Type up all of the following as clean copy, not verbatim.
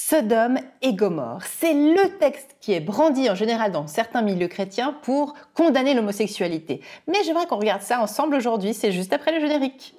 Sodome et Gomorrhe, c'est le texte qui est brandi en général dans certains milieux chrétiens pour condamner l'homosexualité. Mais j'aimerais qu'on regarde ça ensemble aujourd'hui, c'est juste après le générique.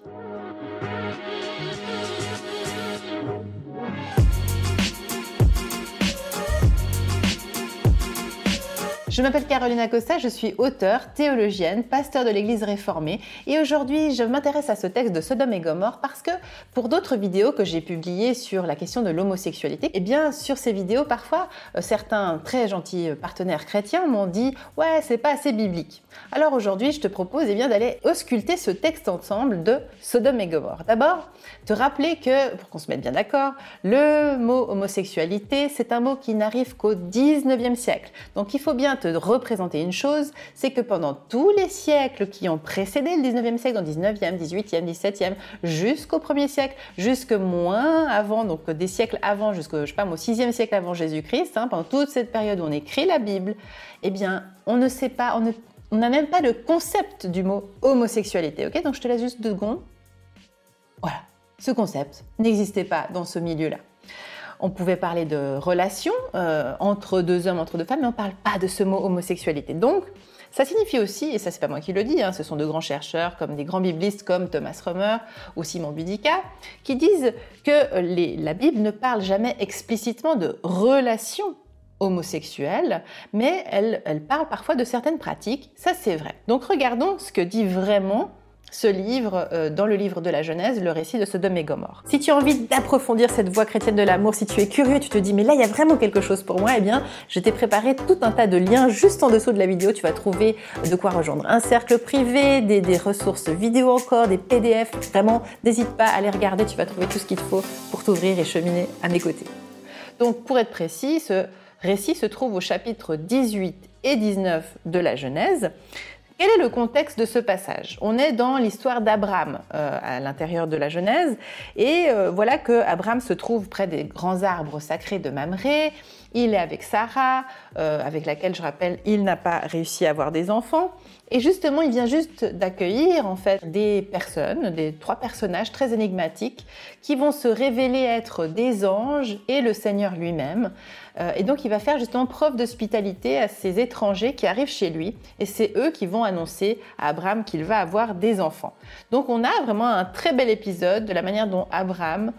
Je m'appelle Caroline Acosta, je suis auteure, théologienne, pasteur de l'Église réformée et aujourd'hui je m'intéresse à ce texte de Sodome et Gomorrhe parce que pour d'autres vidéos que j'ai publiées sur la question de l'homosexualité, eh bien sur ces vidéos parfois certains très gentils partenaires chrétiens m'ont dit « ouais c'est pas assez biblique ». Alors aujourd'hui je te propose d'aller ausculter ce texte ensemble de Sodome et Gomorrhe. D'abord, te rappeler que, pour qu'on se mette bien d'accord, le mot homosexualité c'est un mot qui n'arrive qu'au 19e siècle. Donc il faut bien te représenter une chose, c'est que pendant tous les siècles qui ont précédé le 19e siècle, dans 19e, 18e, 17e, jusqu'au 1er siècle, jusque moins avant, donc des siècles avant, jusqu'au, 6e siècle avant Jésus-Christ, pendant toute cette période où on écrit la Bible, eh bien, on ne sait pas, on n'a même pas le concept du mot homosexualité, ok ? Donc je te laisse juste 2 secondes. Voilà, ce concept n'existait pas dans ce milieu-là. On pouvait parler de relations entre 2 hommes, entre 2 femmes, mais on ne parle pas de ce mot homosexualité. Donc, ça signifie aussi, et ça c'est pas moi qui le dis, ce sont de grands chercheurs comme des grands biblistes comme Thomas Romer ou Simon Boudica, qui disent que la Bible ne parle jamais explicitement de relations homosexuelles, mais elle parle parfois de certaines pratiques, ça c'est vrai. Donc regardons ce que dit vraiment ce livre, dans le livre de la Genèse, le récit de Sodome et Gomorrhe. Si tu as envie d'approfondir cette voie chrétienne de l'amour, si tu es curieux, tu te dis mais là il y a vraiment quelque chose pour moi, eh bien je t'ai préparé tout un tas de liens juste en dessous de la vidéo, tu vas trouver de quoi rejoindre un cercle privé, des ressources vidéo encore, des PDF, vraiment n'hésite pas à aller regarder, tu vas trouver tout ce qu'il te faut pour t'ouvrir et cheminer à mes côtés. Donc pour être précis, ce récit se trouve au chapitre 18 et 19 de la Genèse. Quel est le contexte de ce passage ? On est dans l'histoire d'Abraham à l'intérieur de la Genèse et voilà que Abraham se trouve près des grands arbres sacrés de Mamré. Il est avec Sarah, avec laquelle, je rappelle, il n'a pas réussi à avoir des enfants. Et justement, il vient juste d'accueillir en fait des personnes, 3 personnages très énigmatiques qui vont se révéler être des anges et le Seigneur lui-même. Et donc, il va faire justement preuve d'hospitalité à ces étrangers qui arrivent chez lui. Et c'est eux qui vont annoncer à Abraham qu'il va avoir des enfants. Donc, on a vraiment un très bel épisode de la manière dont Abraham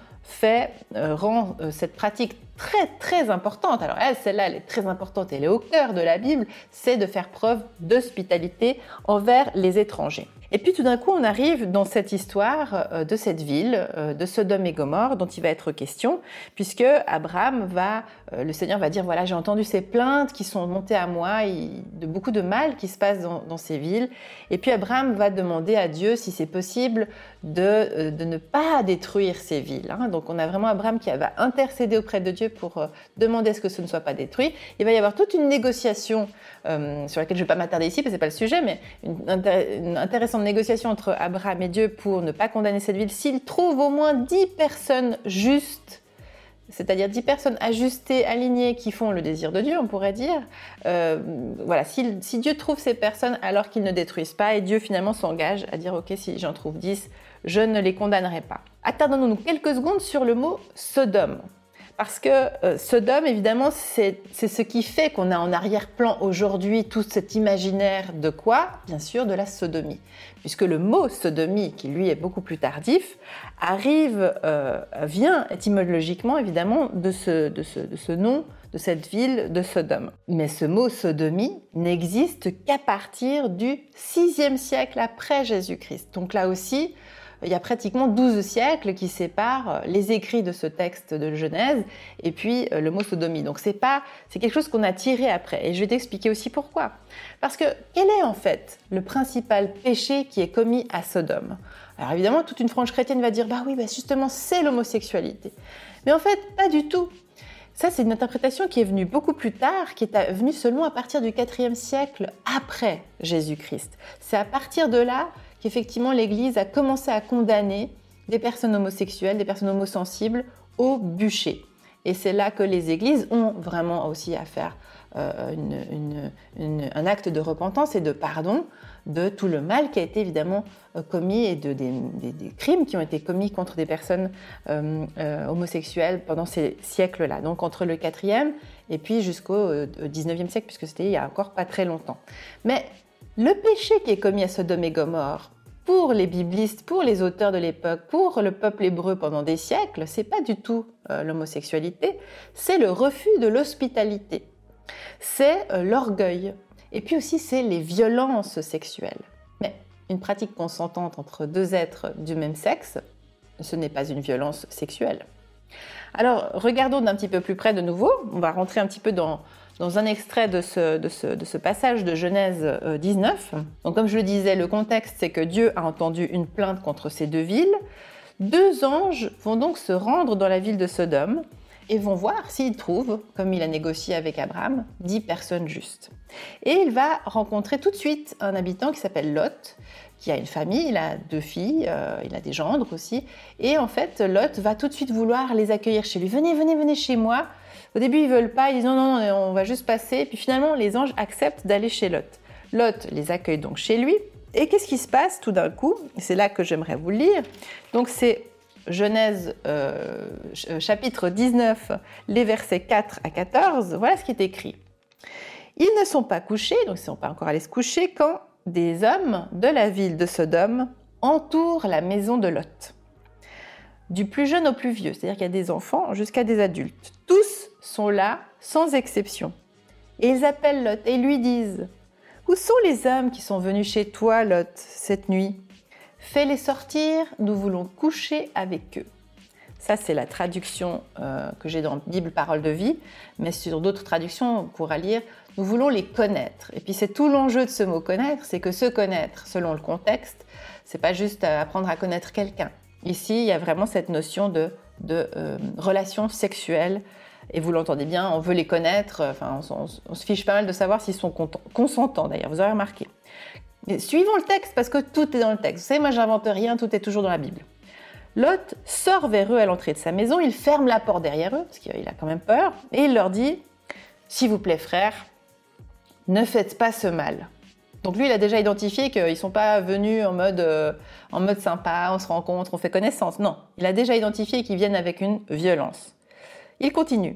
rend cette pratique très très importante. Alors celle-là, elle est très importante, elle est au cœur de la Bible, c'est de faire preuve d'hospitalité envers les étrangers. Et puis tout d'un coup, on arrive dans cette histoire de cette ville, de Sodome et Gomorrhe, dont il va être question, puisque Abraham le Seigneur va dire, voilà, j'ai entendu ces plaintes qui sont montées à moi, de beaucoup de mal qui se passe dans ces villes. Et puis Abraham va demander à Dieu si c'est possible de ne pas détruire ces villes. Donc on a vraiment Abraham qui va intercéder auprès de Dieu pour demander à ce que ce ne soit pas détruit. Il va y avoir toute une négociation sur laquelle je ne vais pas m'attarder ici, parce que ce n'est pas le sujet, mais une intéressante négociation entre Abraham et Dieu pour ne pas condamner cette ville s'il trouve au moins 10 personnes justes, c'est-à-dire 10 personnes ajustées, alignées, qui font le désir de Dieu, on pourrait dire. Voilà, si Dieu trouve ces personnes alors qu'ils ne détruisent pas, et Dieu finalement s'engage à dire « Ok, si j'en trouve 10, je ne les condamnerai pas ». Attardons-nous quelques secondes sur le mot « Sodome ». Parce que Sodome, évidemment, c'est ce qui fait qu'on a en arrière-plan aujourd'hui tout cet imaginaire de quoi ? Bien sûr, de la sodomie. Puisque le mot sodomie, qui lui est beaucoup plus tardif, vient étymologiquement, évidemment, de ce nom, de cette ville de Sodome. Mais ce mot sodomie n'existe qu'à partir du 6e siècle après Jésus-Christ. Donc là aussi, il y a pratiquement 12 siècles qui séparent les écrits de ce texte de Genèse et puis le mot sodomie. Donc c'est quelque chose qu'on a tiré après. Et je vais t'expliquer aussi pourquoi. Parce que quel est en fait le principal péché qui est commis à Sodome ? Alors évidemment, toute une frange chrétienne va dire « bah oui, justement, c'est l'homosexualité ». Mais en fait, pas du tout. Ça, c'est une interprétation qui est venue beaucoup plus tard, qui est venue seulement à partir du 4e siècle après Jésus-Christ. C'est à partir de là qu'effectivement l'Église a commencé à condamner des personnes homosexuelles, des personnes homosensibles au bûcher. Et c'est là que les églises ont vraiment aussi à faire un acte de repentance et de pardon de tout le mal qui a été évidemment commis et des crimes qui ont été commis contre des personnes homosexuelles pendant ces siècles-là. Donc entre le 4e et puis jusqu'au 19e siècle, puisque c'était il y a encore pas très longtemps. Mais le péché qui est commis à Sodome et Gomorrhe, pour les biblistes, pour les auteurs de l'époque, pour le peuple hébreu pendant des siècles, c'est pas du tout l'homosexualité, c'est le refus de l'hospitalité, c'est l'orgueil, et puis aussi c'est les violences sexuelles. Mais une pratique consentante entre deux êtres du même sexe, ce n'est pas une violence sexuelle. Alors regardons d'un petit peu plus près de nouveau, on va rentrer un petit peu dans un extrait de ce passage de Genèse 19. Donc, comme je le disais, le contexte, c'est que Dieu a entendu une plainte contre ces deux villes. 2 anges vont donc se rendre dans la ville de Sodome et vont voir s'ils trouvent, comme il a négocié avec Abraham, 10 personnes justes. Et il va rencontrer tout de suite un habitant qui s'appelle Lot, qui a une famille, il a 2 filles, il a des gendres aussi. Et en fait, Lot va tout de suite vouloir les accueillir chez lui. Venez chez moi. Au début, ils veulent pas, ils disent non, on va juste passer. Puis finalement, les anges acceptent d'aller chez Lot. Lot les accueille donc chez lui. Et qu'est-ce qui se passe tout d'un coup? C'est là que j'aimerais vous le lire. Donc c'est Genèse chapitre 19, les versets 4 à 14. Voilà ce qui est écrit. Ils ne sont pas couchés, donc ils ne sont pas encore allés se coucher, quand des hommes de la ville de Sodome entourent la maison de Lot. Du plus jeune au plus vieux, c'est-à-dire qu'il y a des enfants jusqu'à des adultes. Tous sont là, sans exception. Et ils appellent Lot et lui disent « Où sont les hommes qui sont venus chez toi, Lot, cette nuit ? Fais-les sortir, nous voulons coucher avec eux. » Ça, c'est la traduction que j'ai dans Bible Parole de Vie, mais sur d'autres traductions, on pourra lire « Nous voulons les connaître ». Et puis c'est tout l'enjeu de ce mot « connaître », c'est que se connaître, selon le contexte, c'est pas juste apprendre à connaître quelqu'un. Ici, il y a vraiment cette notion de relation sexuelle. Et vous l'entendez bien, on veut les connaître, enfin, on se fiche pas mal de savoir s'ils sont consentants d'ailleurs, vous aurez remarqué. Mais suivons le texte parce que tout est dans le texte. Vous savez, moi j'invente rien, tout est toujours dans la Bible. Lot sort vers eux à l'entrée de sa maison, il ferme la porte derrière eux, parce qu'il a quand même peur, et il leur dit « S'il vous plaît frères, ne faites pas ce mal ». Donc lui, il a déjà identifié qu'ils ne sont pas venus en mode sympa, on se rencontre, on fait connaissance. Non, il a déjà identifié qu'ils viennent avec une violence. Il continue.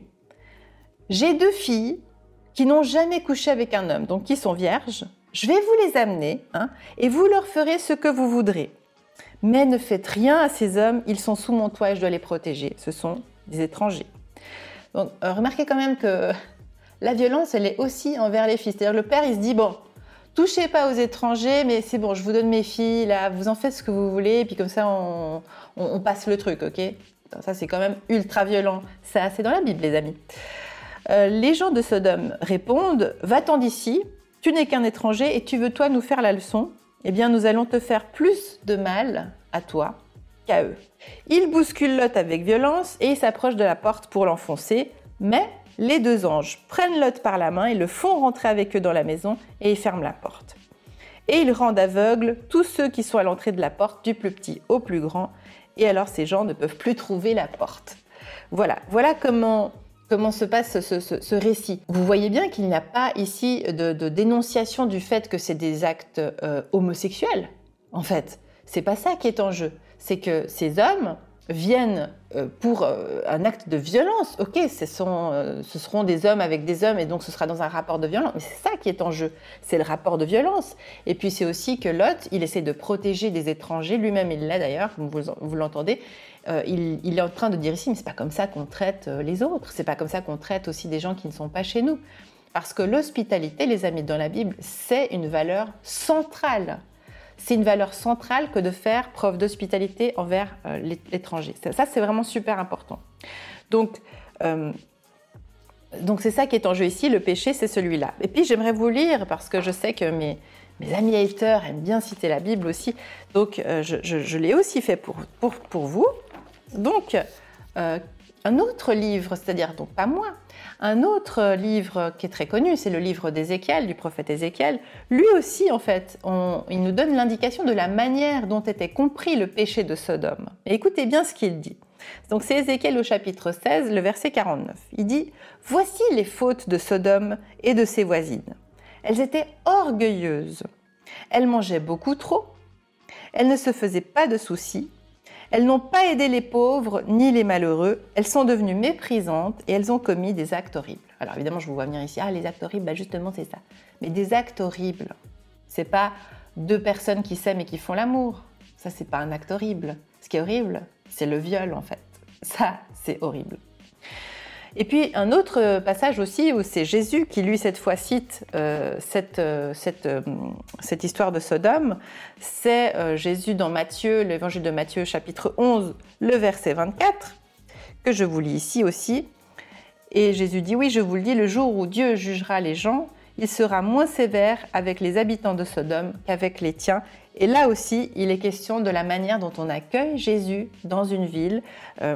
« J'ai 2 filles qui n'ont jamais couché avec un homme, donc qui sont vierges. Je vais vous les amener, et vous leur ferez ce que vous voudrez. Mais ne faites rien à ces hommes, ils sont sous mon toit et je dois les protéger. Ce sont des étrangers. » Donc, remarquez quand même que la violence, elle est aussi envers les filles. C'est-à-dire le père, il se dit, bon, touchez pas aux étrangers, mais c'est bon, je vous donne mes filles, là, vous en faites ce que vous voulez, et puis comme ça, on passe le truc, ok ? Ça, c'est quand même ultra violent. Ça, c'est dans la Bible, les amis. Les gens de Sodome répondent « Va-t'en d'ici, tu n'es qu'un étranger et tu veux, toi, nous faire la leçon. Eh bien, nous allons te faire plus de mal à toi qu'à eux. » Ils bousculent Lot avec violence et ils s'approchent de la porte pour l'enfoncer. Mais les 2 anges prennent Lot par la main et le font rentrer avec eux dans la maison et ils ferment la porte. Et ils rendent aveugles tous ceux qui sont à l'entrée de la porte, du plus petit au plus grand. Et alors, ces gens ne peuvent plus trouver la porte. Voilà comment se passe ce récit. Vous voyez bien qu'il n'y a pas ici de dénonciation du fait que c'est des actes homosexuels. En fait, c'est pas ça qui est en jeu. C'est que ces hommes viennent pour un acte de violence. Ok, ce seront des hommes avec des hommes et donc ce sera dans un rapport de violence. Mais c'est ça qui est en jeu, c'est le rapport de violence. Et puis c'est aussi que Lot, il essaie de protéger des étrangers, lui-même il l'est d'ailleurs, comme vous l'entendez. Il est en train de dire ici, mais c'est pas comme ça qu'on traite les autres, c'est pas comme ça qu'on traite aussi des gens qui ne sont pas chez nous. Parce que l'hospitalité, les amis, dans la Bible, c'est une valeur centrale. C'est une valeur centrale que de faire preuve d'hospitalité envers l'étranger. Ça, c'est vraiment super important. Donc c'est ça qui est en jeu ici, le péché, c'est celui-là. Et puis, j'aimerais vous lire, parce que je sais que mes amis haters aiment bien citer la Bible aussi, donc je l'ai aussi fait pour vous. Donc, un autre livre, c'est-à-dire donc pas moi, un autre livre qui est très connu, c'est le livre d'Ézéchiel, du prophète Ézéchiel. Lui aussi, en fait, il nous donne l'indication de la manière dont était compris le péché de Sodome. Et écoutez bien ce qu'il dit. Donc c'est Ézéchiel au chapitre 16, le verset 49. Il dit « Voici les fautes de Sodome et de ses voisines. Elles étaient orgueilleuses. Elles mangeaient beaucoup trop. Elles ne se faisaient pas de soucis. Elles n'ont pas aidé les pauvres ni les malheureux. Elles sont devenues méprisantes et elles ont commis des actes horribles. » Alors évidemment, je vous vois venir ici. Ah, les actes horribles, justement, c'est ça. Mais des actes horribles, c'est pas deux personnes qui s'aiment et qui font l'amour. Ça, c'est pas un acte horrible. Ce qui est horrible, c'est le viol, en fait. Ça, c'est horrible. Et puis, un autre passage aussi où c'est Jésus qui, lui, cette fois, cite cette histoire de Sodome. C'est Jésus dans Matthieu, l'évangile de Matthieu, chapitre 11, le verset 24, que je vous lis ici aussi. Et Jésus dit « Oui, je vous le dis, le jour où Dieu jugera les gens, il sera moins sévère avec les habitants de Sodome qu'avec les tiens. » Et là aussi, il est question de la manière dont on accueille Jésus dans une ville.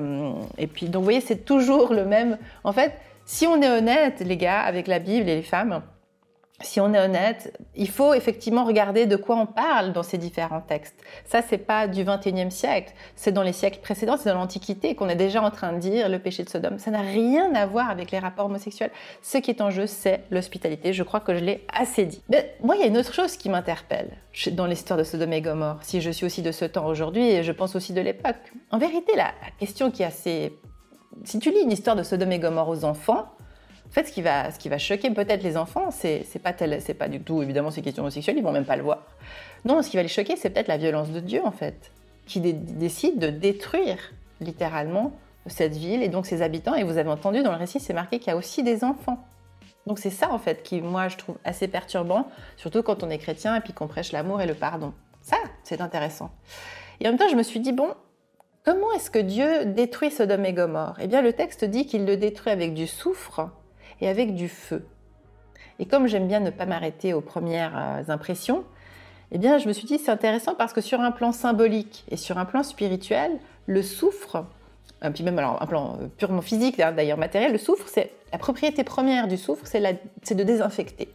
Et puis, donc, vous voyez, c'est toujours le même. En fait, si on est honnête, les gars, avec la Bible et les femmes, si on est honnête, il faut effectivement regarder de quoi on parle dans ces différents textes. Ça, c'est pas du 21e siècle, c'est dans les siècles précédents, c'est dans l'Antiquité qu'on est déjà en train de dire le péché de Sodome. Ça n'a rien à voir avec les rapports homosexuels. Ce qui est en jeu, c'est l'hospitalité. Je crois que je l'ai assez dit. Mais moi, il y a une autre chose qui m'interpelle dans l'histoire de Sodome et Gomorrhe, si je suis aussi de ce temps aujourd'hui et je pense aussi de l'époque. En vérité, la question qui est assez... Si tu lis une histoire de Sodome et Gomorrhe aux enfants, en fait, ce qui va choquer peut-être les enfants, c'est pas du tout, évidemment, ces questions homosexuelles, ils vont même pas le voir. Non, ce qui va les choquer, c'est peut-être la violence de Dieu, en fait, qui décide de détruire, littéralement, cette ville et donc ses habitants. Et vous avez entendu, dans le récit, c'est marqué qu'il y a aussi des enfants. Donc c'est ça, en fait, qui, moi, je trouve assez perturbant, surtout quand on est chrétien et puis qu'on prêche l'amour et le pardon. Ça, c'est intéressant. Et en même temps, je me suis dit, bon, comment est-ce que Dieu détruit Sodome et Gomorrhe ? Eh bien, le texte dit qu'il le détruit avec du soufre et avec du feu. Et comme j'aime bien ne pas m'arrêter aux premières impressions, eh bien, je me suis dit c'est intéressant parce que sur un plan symbolique et sur un plan spirituel, le soufre, puis même alors un plan purement physique, d'ailleurs matériel, le soufre, c'est la propriété première du soufre, c'est de désinfecter.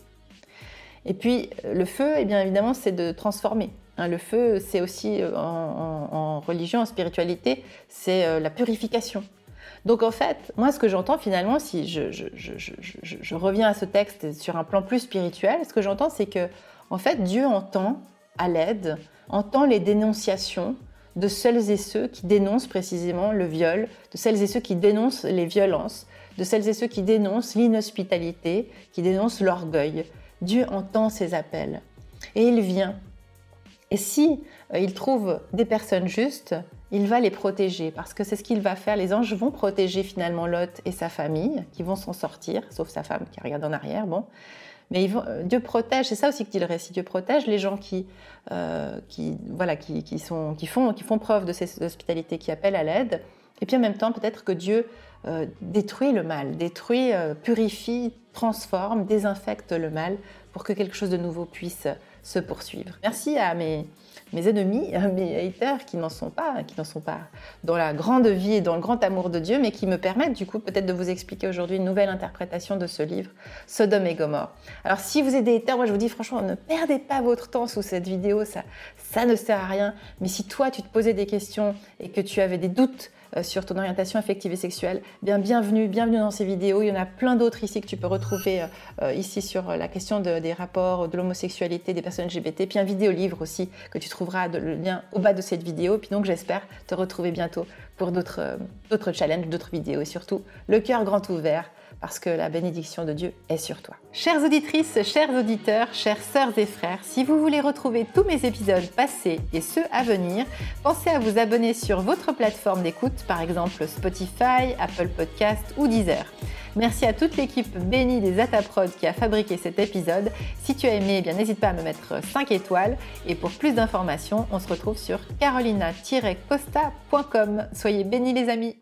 Et puis le feu, eh bien évidemment, c'est de transformer. Le feu, c'est aussi en religion, en spiritualité, c'est la purification. Donc en fait, moi ce que j'entends finalement, si je reviens à ce texte sur un plan plus spirituel, ce que j'entends c'est que en fait Dieu entend à l'aide, entend les dénonciations de celles et ceux qui dénoncent précisément le viol, de celles et ceux qui dénoncent les violences, de celles et ceux qui dénoncent l'inhospitalité, qui dénoncent l'orgueil. Dieu entend ces appels et il vient. Et si il trouve des personnes justes, il va les protéger parce que c'est ce qu'il va faire. Les anges vont protéger finalement Lot et sa famille qui vont s'en sortir, sauf sa femme qui regarde en arrière. Bon. Mais Dieu protège, c'est ça aussi que dit le récit, Dieu protège les gens qui font preuve de cette hospitalité, qui appellent à l'aide. Et puis en même temps, peut-être que Dieu détruit le mal, purifie, transforme, désinfecte le mal pour que quelque chose de nouveau puisse se poursuivre. Merci à mes ennemis, à mes haters qui n'en sont pas dans la grande vie et dans le grand amour de Dieu, mais qui me permettent du coup peut-être de vous expliquer aujourd'hui une nouvelle interprétation de ce livre, Sodome et Gomorrhe. Alors si vous êtes des haters, moi je vous dis franchement, ne perdez pas votre temps sous cette vidéo, ça ne sert à rien. Mais si toi tu te posais des questions et que tu avais des doutes sur ton orientation affective et sexuelle, bienvenue dans ces vidéos. Il y en a plein d'autres ici que tu peux retrouver ici sur la question des rapports, de l'homosexualité, des personnes LGBT, puis un vidéo-livre aussi que tu trouveras le lien au bas de cette vidéo. Puis donc j'espère te retrouver bientôt pour d'autres challenges, d'autres vidéos et surtout le cœur grand ouvert parce que la bénédiction de Dieu est sur toi. Chères auditrices, chers auditeurs, chères sœurs et frères, si vous voulez retrouver tous mes épisodes passés et ceux à venir, pensez à vous abonner sur votre plateforme d'écoute, par exemple Spotify, Apple Podcast ou Deezer. Merci à toute l'équipe bénie des Ataprod qui a fabriqué cet épisode. Si tu as aimé, eh bien n'hésite pas à me mettre 5 étoiles. Et pour plus d'informations, on se retrouve sur carolina-costa.com. Soyez bénis les amis.